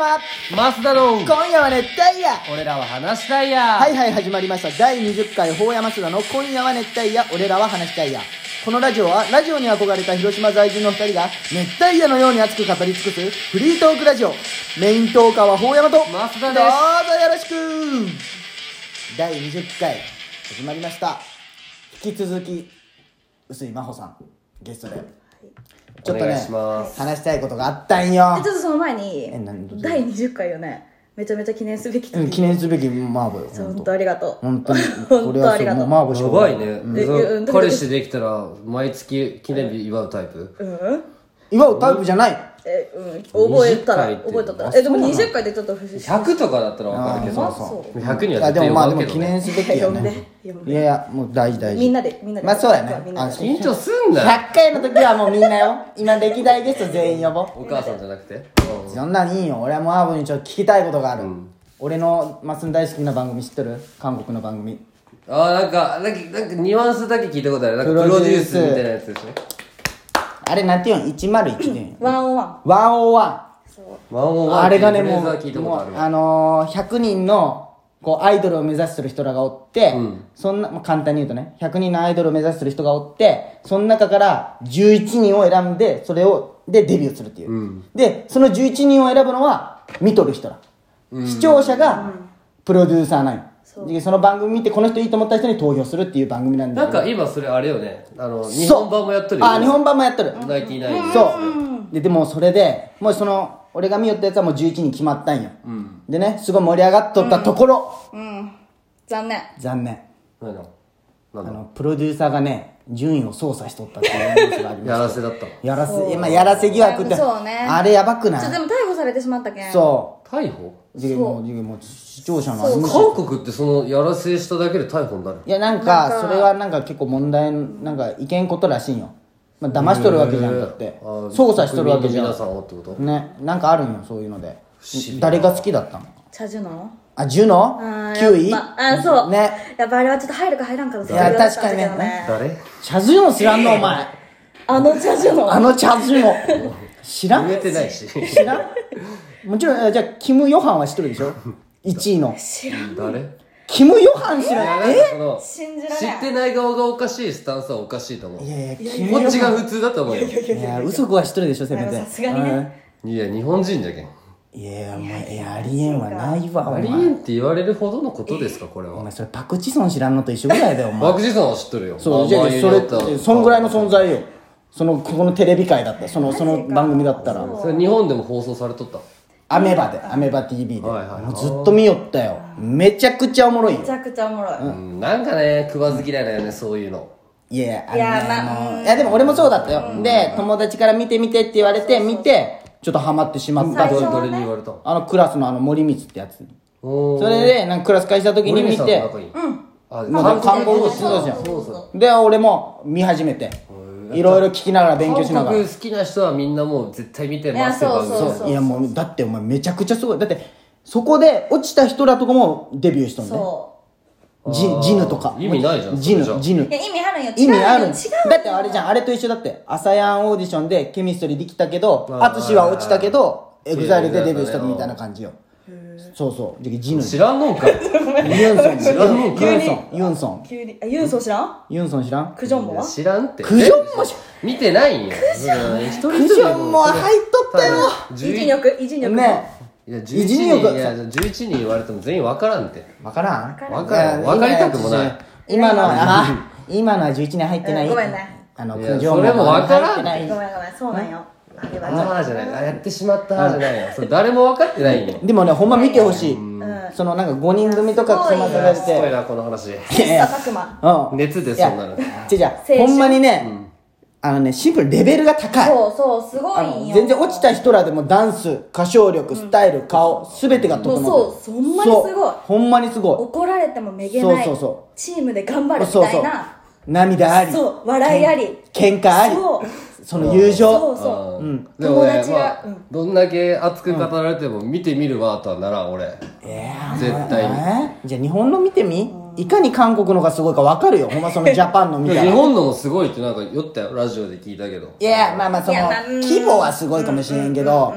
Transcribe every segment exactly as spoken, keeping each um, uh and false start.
山マスダの今夜は熱帯夜。 俺らは話したいや。 はいはい、始まりました。だいにじゅっかい法山須田の今夜は熱帯夜、俺らは話したいや。このラジオはラジオに憧れた広島在住のふたりが熱帯夜のように熱く語り尽くすフリートークラジオ。メイントーカーは法山とマスダです。 どうぞよろしく。だいにじゅっかい始まりました。引き続き臼井真帆さんゲストでちょっとね話したいことがあったんよ。 ちょっとその前にえ何だいにじゅっかいよね、めちゃめちゃ記念すべき時、 うん、記念すべきマーボよ。 本当ありがとう。 本当に本当ありがとう。 マーボしょやばいね、うん、 うん彼氏できたら毎月記念日祝うタイプ。 うん祝うタイプじゃない。 え、うん、覚えたらにじゅっかいって覚えとったらあえ、でもそうなのにじゅっかいでちょっと不思議。 ひゃくとかだったら分かるけど、 あーそうひゃくにはあ絶対でもまあでも呼ばんけどね。 記念すべきや呼んでね。 呼んでいやいやもう大事大事。 みんなでみんなでまあそうやね。 みんなで緊張すんなよ。 ひゃっかいの時はもうみんなよ。今歴代ゲスト全員呼ぼう。 お母さんじゃなくて、 そんなんいいよ。俺はマーボにちょっと聞きたいことがある。 うん俺のマスン大好きな番組知ってる？韓国の番組。 ああなんかなんかなんかニュアンスだけ聞いたことある。なんかプロデュースみたいなやつでしょ。 あれなんていうの？いちまるいちで。 ワンオンワン。 ワンオーワン。 ワンオンワンあれがねフレーもうズは聞いたことあるわ。 もうあのー、ひゃくにんのこうアイドルを目指してる人らがおって、 うんそんな、まあ、簡単に言うとねひゃくにんのアイドルを目指してる人がおってその中からじゅういちにんを選んでそれをでデビューするっていう、 うんでそのじゅういちにんを選ぶのは見とる人ら、 うん視聴者がプロデューサーなんよ、 そうでその番組見てこの人いいと思った人に投票するっていう番組なんだなんけどか今それあれよね、あの日本版もやっとるよね。 あ日本版もやっとる、 ナインティナインそうででもそれでもうその俺が見よったやつはもうじゅういちにん決まったんよ、 うんでねすごい盛り上がっとったところ、 うん残念。 残念何なの何あなののプロデューサーがね順位を操作しとったっていうニュースがありまやらしせだったの。 たやらせ今やらせ疑惑ってそうねあれやばくないちょでも逮捕されてしまったけん。 そ逮捕？ うじもうじもう視聴者のそう無視韓国ってそのやらせしただけで逮捕になる。 いやなんなんかかそれはなんか結構問題なんかいけんことらしいんよ、まあ騙しとるわけじゃんだってあー操作しとるわけじゃ国民の皆さんんをってこと？ ねなんかあるんよそういうので不思議だな誰が好きだったの？ チャジュのあジュノあーきゅういやっぱあそうねやっぱあれはちょっと入るか入らんかのいや確かにね誰？ チャズヨン知らんのお前あのチャジュのあのチャズヨン知らん言えてないし。 知らんもちろんえじゃあキム・ヨハンは知ってるでしょいちいの知らん。 誰？ キム・ヨハン知いやらんなんかその信じられん知ってない側がおかしいスタンスはおかしいと思う。 いやいやキム・ヨハンこっちが普通だと思うよ。 いや嘘子は知ってるでしょせめてさすがにねいや日本人じゃけん。 うんいやいやお前いやありえんはないわおありえ前んって言われるほどのことですかこれは。 お前それパクチソン知らんのと一緒ぐらいだよお前バクジさんは知っとるよ。 そうじゃあそれそんぐらいの存在よそのここのテレビ界だったそのその番組だったらそれ日本でも放送されとった。 アメバでアメバ ティーブイ で、 はいはいもうずっと見よったよめちゃくちゃおもろいよめちゃくちゃおもろい。 うんなんかね食わず嫌いだよねそういうの。 いやいやあいやのねまああのいやでも俺もそうだったよ、で友達から見て見てって言われて見てちょっとハマってしまったど最初はねれどれに言われたの？ あのクラスのあの森光ってやつおーそれでなんかクラス会した時に見て森光さんと仲いい。あもう看護師してたじゃんそうそう。 で俺も見始めていろいろ聞きながら勉強しながら韓国好きな人はみんなもう絶対見てますよいやそうそうそういやもうだってお前めちゃくちゃすごいだってそこで落ちた人らとかもデビューしたんだよそジジヌとか意味ないじゃんジヌそれじゃジヌう。いや意味あるんよ。 意味ある違うよ違うよだってあれじゃんあれと一緒だってアサヤンオーディションでケミストリーできたけどあー淳は落ちたけどエグザイルでデビューしいやいやたみたいな感じよそうそうでジヌ知らんのんかい。 ユンソン知らんのんかい。 ユンソンユンソン急にあユンソン知らん？ ユンソン知らんクジョンボは？ 知らんって。 クジョンもし見てないんよ。クジョン。一人クジョンも入っとったよイジニョクイジニョク。 ねいやじゅういちにん一人いやじゅういちにん言われても全員わからんって。 分からんわからん。わかりたくもない。 今のはあ今のはじゅういちねん入ってないうんごめんねあのいやクジョンそれも分からん入ってないごめんごめんそうなんよ。あれはああじゃない。あやってしまったじゃないよ。それ誰も分かってないんよ。 でもねほんま見てほしいうん。 そのなんかごにん組とか組ませられすごいてなこの話。 切磋琢磨。 うん熱ですいやそんなの。 違う違う青春ほんまにねあのねシンプルにレベルが高いそうそうすごあいんよ。 の全然落ちた人らでもダンス歌唱力スタイル顔全てが整ってるもうそうほんまにすごいそうほんまにすご怒られてもめげない。 そうそうそチームで頑張るみそうそうたいな。 涙ありそう笑いあり。 喧嘩ありそうその友情そうそう。 うんでもね友達がまあうんどんだけ熱く語られても見てみるわとはならん俺。絶対に。 えーじゃあ日本の見てみいかに韓国のがすごいか分かるよほんまそのジャパンの見たら日本のもすごいってなんか酔ったよラジオで聞いたけど。 いやまあまあそのいやまあうん規模はすごいかもしれんけど、い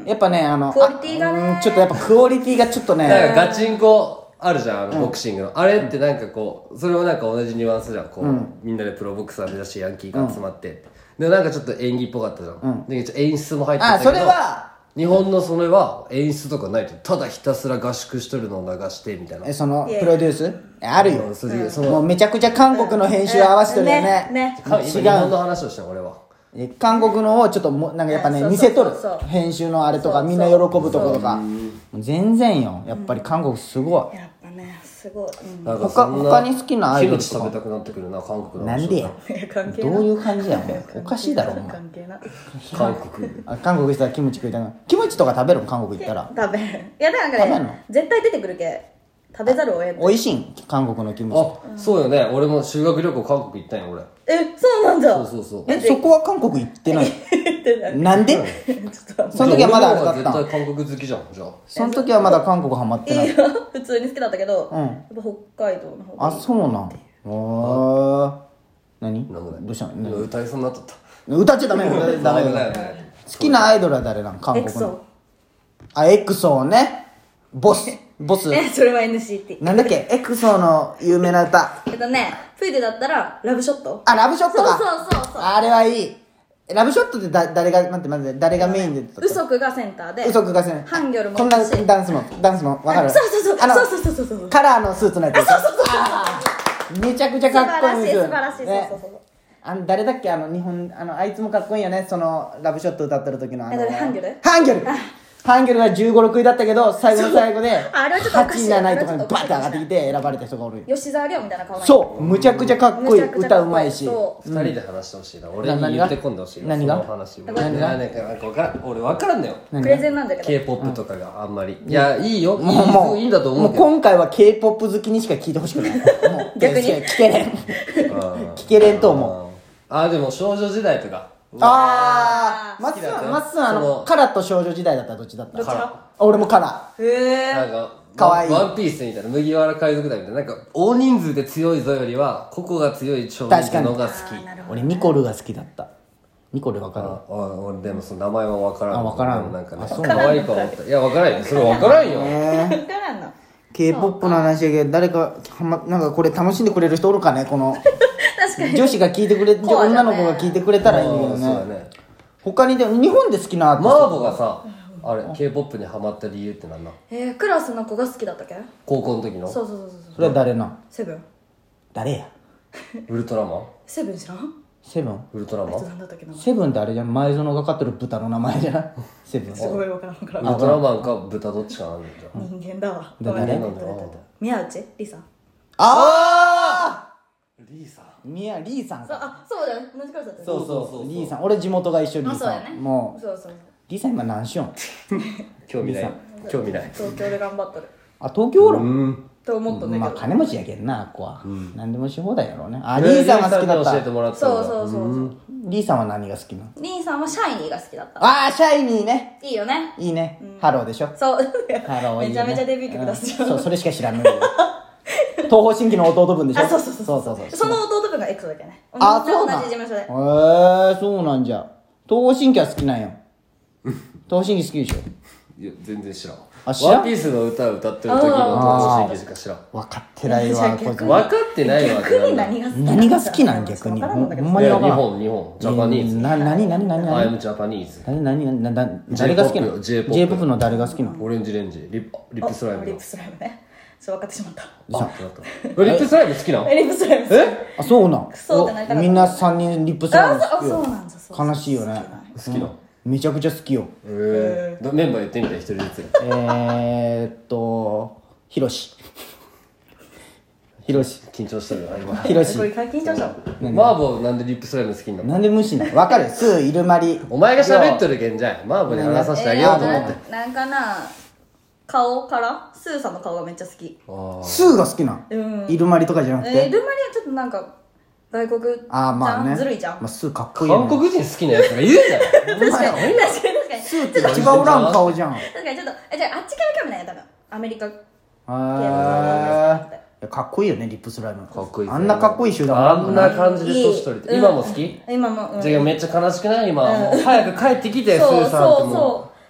やっぱねあのクオリティがねあうんちょっとやっぱクオリティがちょっとねなんかガチンコあるじゃんあのボクシングの、あれってなんかこうそれもなんか同じニュアンスじゃんこう、みんなでプロボクサー目指してヤンキーが集まって、でなんかちょっと演技っぽかったじゃん、で一応演出も入ってたけどあそれは日本のそれは演出とかないとただひたすら合宿しとるのを流してみたいなえそのプロデュースあるよ、 うんそれそのもうめちゃくちゃ韓国の編集合わせてるよね,、 うんねねか違今日本のう話をした俺はえ韓国のをちょっともなんかやっぱねそう見せとるそうそうそう編集のあれとかそうそうみんな喜ぶとことかもう全然よやっぱり韓国すごい、 やっぱねすごい、うん、 なんかそんな他他に好きなアイドルとかキムチ食べたくなってくるな韓国の話なんでや関係どういう感じやもうおかしいだろお前関係な韓国あ韓国行ったらキムチ食いたいなキムチとか食べるの韓国行ったら食べんいやだから食べんのね絶対出てくるけ食べざるを得ん美味しいん韓国のキムチあそうよね俺も修学旅行韓国行ったんよ俺えそうなんだそうそうそうえそこは韓国行ってない言ってないなんでちょっとその時はまだあれだったん俺の方が絶対韓国好きじゃんじゃあその時はまだ韓国ハマってないいや普通に好きだったけど、 うんやっぱ北海道の方があそうなんおー何なんもないどうしたの今歌いそうになっとった歌っちゃダメよダメ危ないよ危ない好きなアイドルは誰なの韓エクソ国のあエクソーねボスボスえそれは エヌシーティーなんだっけエクソーの有名な歌えっとねフイデだったらラブショットあラブショットかそうそうそうそうあれはいいラブショットってだ誰が待って待って誰がメインでウソクがセンターでウソクがせんハンギョルもこんなだしダンスのダンスのわかるそうそうそうあのそうそうそうそうそうカラーのスーツのやつそうそうそうそうめちゃくちゃかっこいいんですよ素晴らしい素晴らしいねそうそうそうあの誰だっけあの日本あのあいつもかっこいいよねそのラブショット歌ってる時のあのえ誰ハンギョルハンギョルハンギョルがじゅうご、ろくいだったけど最後の最後であれはちょっとおかしいはちい、なないとかにあれはちょっとおかしいバッて上がってきて選ばれた人がおる吉沢亮みたいな顔なんやそうむちゃくちゃかっこいいむちゃくちゃ歌かっこいいうまいしそう二人で話してほしいな俺な何がに言ってこんでほしいな何がその話何が何がなんかなんか分からん俺分からんのよ何プレゼンなんだけど K-ポップ とかがあんまりいやいいよいいもうもういいんだと思うもうけど今回は K-ポップ 好きにしか聞いてほしくないもう逆に聞けれん聞聞けれんと思うあーでも少女時代とかあーまっす好きだったよーまっすーあのそのカラと少女時代だったらどっちだったどっちだあ俺もカラへえなんかかわいいワンワンピースみたいな麦わら海賊団みたいななんか大人数で強いぞよりは個々が強い少人数の方が好き俺ニコルが好きだったニコルわかるああ俺でもその名前は分からんあ分からんでもなんかねあそう可愛いと思ったいや分からんよそれ分からんよ分からんの K-ポップ の話やけど誰かはまなんかこれ楽しんでくれる人おるかねこの確かに女子が聞いてくれコアじゃね女の子が聞いてくれたらいいんだけどあーそうだねね他にでも日本で好きなアーティスマトーボがさあれ K-ポップ にハマった理由ってなんなんえー、クラスの子が好きだったっけ高校の時のそうそうそうそうそれは誰なんセブン誰やウルトラマンセブン知らんセブンウルトラマンあいつなんだったっけなセブンってあれじゃん前園が飼ってる豚の名前じゃないセブンすごい分からん分からんウルトラマンか豚どっちかなんだじゃん人間だわでごめんね誰なんだろう宮内リサああリーさん宮リーさんそうかあそうだよ同じクラスだったよそうそうそうそうそうリーさん俺地元が一緒リーさあそうやねんもうそうそうリーさん今何しよん興味ない興味ない東京で頑張っとるあ東京おるうんと思っとんだまあけど金持ちやけんなあっこは何でもし放題やろうねあリーさんが好きだっリーさんに教えてたもらったんだそうそうそうそうリーさんは何が好きなのリンさんはシャイニーが好きだったああシャイニーねいいよねいいねハローでしょそうハローいいよねめちゃめちゃデビュー曲出すじゃんうんそうそれしか知らんのよ東方神起の弟分でしょあそうそうそうそうそうそうその弟分がエクソだけどねあそうなん同じ事務所でへえそうなんじゃ東方神起は好きなんよ東方神起好きでしょいや全然知らんあ知らんワンピースの歌を歌ってる時の東方神起しか知らん分かってないわこいつ逆分かってないわって逆になんだ何が好き何が好きなん逆にわからんのだけどほんまいや日に分からん本日本ジャパニーズな何何何 I 何 am Japanese 何何何何何誰が好きなの J-ポップ J-ポップ の誰が好きなのオレンジレンジリップリップスライムのリップスライムねそう分かってしまったあってなったリップスライム好きなんえリップスライムえあそうなんそうってなりたかったみんなさんにんリップスライあム好きよそうそうなんだそう悲しいよね好きなんめちゃくちゃ好きよえーメンバー言ってみた一人ずつえーっとひろしひろし緊張してるな今ひろしこれ緊張したマーボーなんでリップスライム好きになったなんで無視なの分かるスーイルマリお前が喋っとるけんじゃんマーボーに話させてあげようと思ってえーななんかな顔からスーさんの顔がめっちゃ好きあースーが好きなんうんイルマリとかじゃなくえー、 てルマリはちょっとなんか外国じゃんああまあねずるいじゃん、 まあスーかっこいいよね韓国人好きなやつがいるんだよ確かに確かに確かにスーって一番おらん顔じゃんへ確かにちょっとえじゃああっちから興味ないよ多分アメリカ系えのかっこいいよねリップスライムかっこいいあんなかっこいい集団おらあんもんなんな感じで年取りてうん今も好き今も、うん、 じゃあめっちゃ悲しくない今もう早く帰ってきてスそうーさんってそうも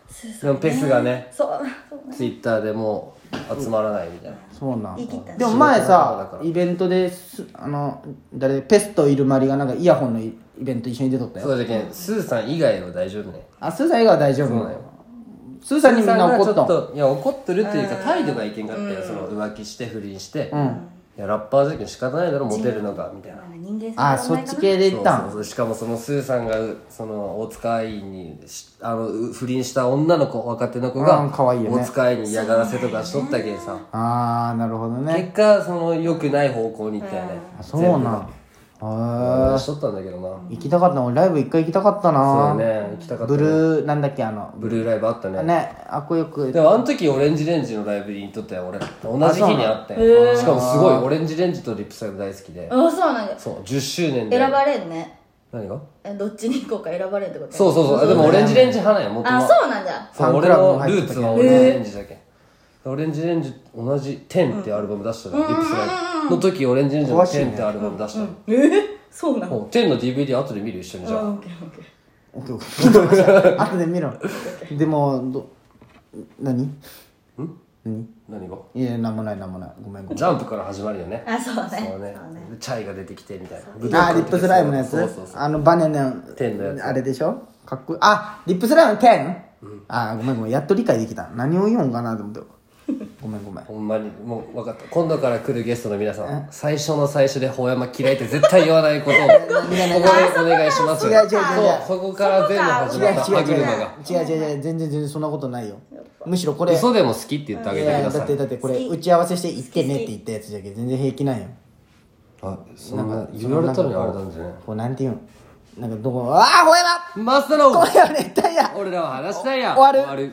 でもペスがねそうそうねツイッターでもう集まらないみたいな。 そうなん言い切ったねでも前仕事仲間ださからイベントですあの誰ペストイルマリがなんかイヤホンのイベント一緒に出とったよ。 そうだけんスーさん以外は大丈夫ね。 あスーさん以外は大丈夫そうだよ。 スーさんにみんな怒っスーさんがちょっとんといや怒ってるっていうか態度がいけんかったよ。その浮気して不倫して、いやラッパーじゃけん仕方ないだろモテるのがみたいな。 人間性あそっち系で言ったんそうそうそう。しかもそのスーさんがその大塚愛にしあのう不倫した女の子若手の子うがん可愛いよね大塚愛に嫌がらせとかしとったけんさ、 ああなるほどね結果その良くない方向に行ったよね。 あそうなんああしとったんだけどな。 行きたかった俺ライブ一回行きたかったそうなね行きたかったブね。 ルーなんだっけあのブルーライブあったね。 ねあこよくでもあの時オレンジレンジのライブに行っとったよ俺。同じ日にあってへーしかもすごいオレンジレンジとリップスライブ大好きで、 あそうなんだそうじゅっしゅうねんで選ばれんね何がえどっちに行こうか選ばれんってことそうそうそうでもオレンジレンジ派なんやもともあそうなんだそう俺ファンクラブもの入ってたけどルーツはオレンジレンジだけん、オレンジレンジ同じ「テン」ってアルバム出したの、リップスライブの時オレンジレンジの「 詳しいねテン」ってアルバム出したの、 えー、そうなのもうテンの ディーブイディー 後で見る一緒にじゃあ、 オッケーオッケーオッケーオッケー後で見ろでもど何ん何何がいやなんもないなんもないごめんごめんジャンプから始まるよねあそうねそうねチャイが出てきてみたいなあーリップスライムのやつそうそうそうあのバネのテンのやつあれでしょかっこいいあリップスライムのテン、あーごめんごめんやっと理解できた何を言うんかなと思ってごめんごめんほんまにもう分かった今度から来るゲストの皆さん最初の最初でほうやま嫌いって絶対言わないことをここでお願いします違う違う違うそうそこから全部始違う違うまった歯違う車が違う違う違う全然全然そんなことないよむしろこれ嘘でも好きって言ってあげいてくださいやだってだってこれ打ち合わせして行ってねって言ったやつじゃけど全然平気なんよあそんな言われたのにあれなんじゃないこうなんていうんなんかどこああほやまマスターのこれは熱帯夜俺らは話したいや終わる終わる